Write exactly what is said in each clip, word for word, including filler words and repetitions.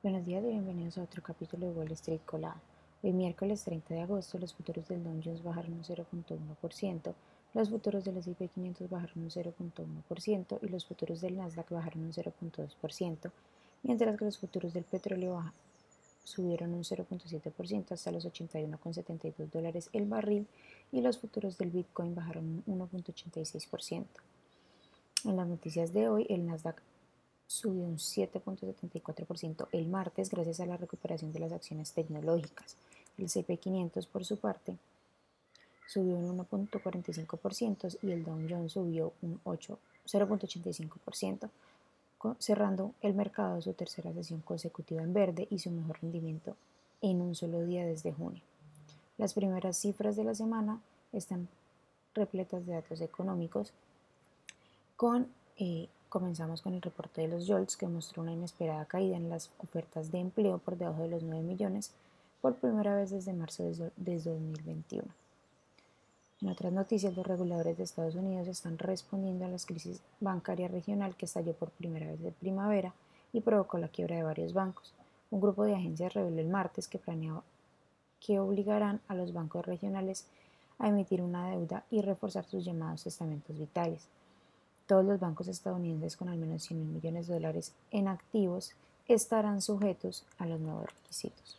Buenos días y bienvenidos a otro capítulo de Wall Street Colada. Hoy miércoles treinta de agosto los futuros del Dow Jones bajaron un cero punto uno por ciento, los futuros del ese y pe quinientos bajaron un cero punto uno por ciento y los futuros del Nasdaq bajaron un cero punto dos por ciento, mientras que los futuros del petróleo baja, subieron un cero punto siete por ciento hasta los ochenta y uno con setenta y dos dólares el barril y los futuros del Bitcoin bajaron un uno punto ochenta y seis por ciento. En las noticias de hoy, el Nasdaq subió un siete punto setenta y cuatro por ciento el martes gracias a la recuperación de las acciones tecnológicas. El ese y pe quinientos, por su parte, subió un uno punto cuarenta y cinco por ciento y el Dow Jones subió un cero punto ochenta y cinco por ciento, cerrando el mercado su tercera sesión consecutiva en verde y su mejor rendimiento en un solo día desde junio. Las primeras cifras de la semana están repletas de datos económicos con eh, Comenzamos con el reporte de los Jolts, que mostró una inesperada caída en las ofertas de empleo por debajo de los nueve millones por primera vez desde marzo de dos mil veintiuno. En otras noticias, los reguladores de Estados Unidos están respondiendo a la crisis bancaria regional que estalló por primera vez de primavera y provocó la quiebra de varios bancos. Un grupo de agencias reveló el martes que planeaba que obligarán a los bancos regionales a emitir una deuda y reforzar sus llamados testamentos vitales. Todos los bancos estadounidenses con al menos cien mil millones de dólares en activos estarán sujetos a los nuevos requisitos.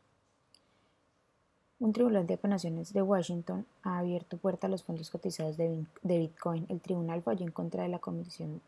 Un tribunal de apelaciones de Washington ha abierto puerta a los fondos cotizados de Bitcoin. El tribunal falló en contra de la Comisión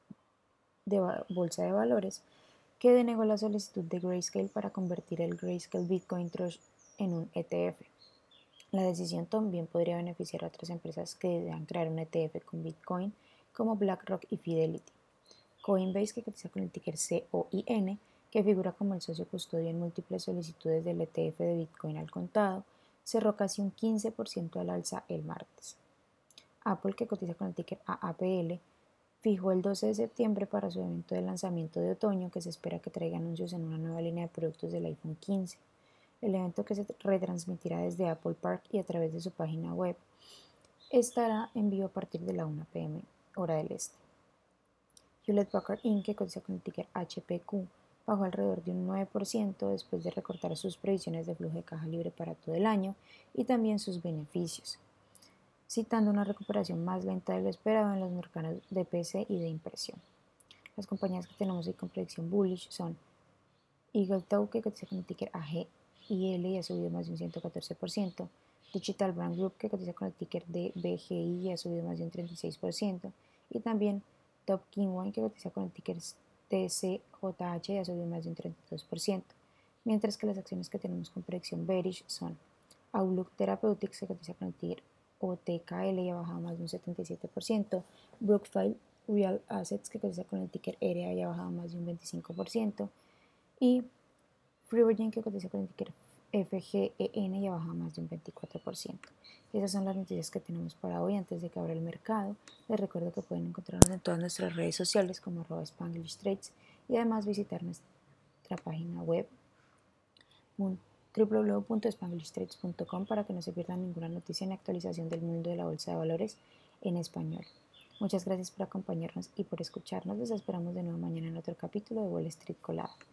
de Bolsa de Valores, que denegó la solicitud de Grayscale para convertir el Grayscale Bitcoin Trust en un E T F. La decisión también podría beneficiar a otras empresas que desean crear un E T F con Bitcoin, como BlackRock y Fidelity. Coinbase, que cotiza con el ticker C O I N, que figura como el socio custodio en múltiples solicitudes del E T F de Bitcoin al contado, cerró casi un quince por ciento al alza el martes. Apple, que cotiza con el ticker A A P L, fijó el doce de septiembre para su evento de lanzamiento de otoño, que se espera que traiga anuncios en una nueva línea de productos del iPhone quince. El evento, que se retransmitirá desde Apple Park y a través de su página web, estará en vivo a partir de la una pe eme hora del este. Hewlett Packard incorporated, que cotiza con el ticker H P Q, bajó alrededor de un nueve por ciento después de recortar sus previsiones de flujo de caja libre para todo el año y también sus beneficios, citando una recuperación más lenta de lo esperado en los mercados de pe ce y de impresión. Las compañías que tenemos hoy con predicción bullish son Eagle Tow, que cotiza con el ticker A G I L y ha subido más de un ciento catorce por ciento, Digital Brand Group, que cotiza con el ticker de B G I y ha subido más de un treinta y seis por ciento, y también Top Kinwine, que cotiza con el ticker T C J H y ha subido más de un treinta y dos por ciento, mientras que las acciones que tenemos con predicción bearish son Outlook Therapeutics, que cotiza con el ticker O T K L y ha bajado más de un setenta y siete por ciento, Brookfield Real Assets, que cotiza con el ticker R A y ha bajado más de un veinticinco por ciento, y FreeBurger, que cotiza con el ticker F G E N y ha bajado más de un veinticuatro por ciento. Esas son las noticias que tenemos para hoy antes de que abra el mercado. Les recuerdo que pueden encontrarnos en todas nuestras redes sociales como arroba Spanglish Trades y además visitar nuestra página web doble u doble u doble u punto spanglish trades punto com para que no se pierdan ninguna noticia ni actualización del mundo de la bolsa de valores en español. Muchas gracias por acompañarnos y por escucharnos. Les esperamos de nuevo mañana en otro capítulo de Wall Street Colada.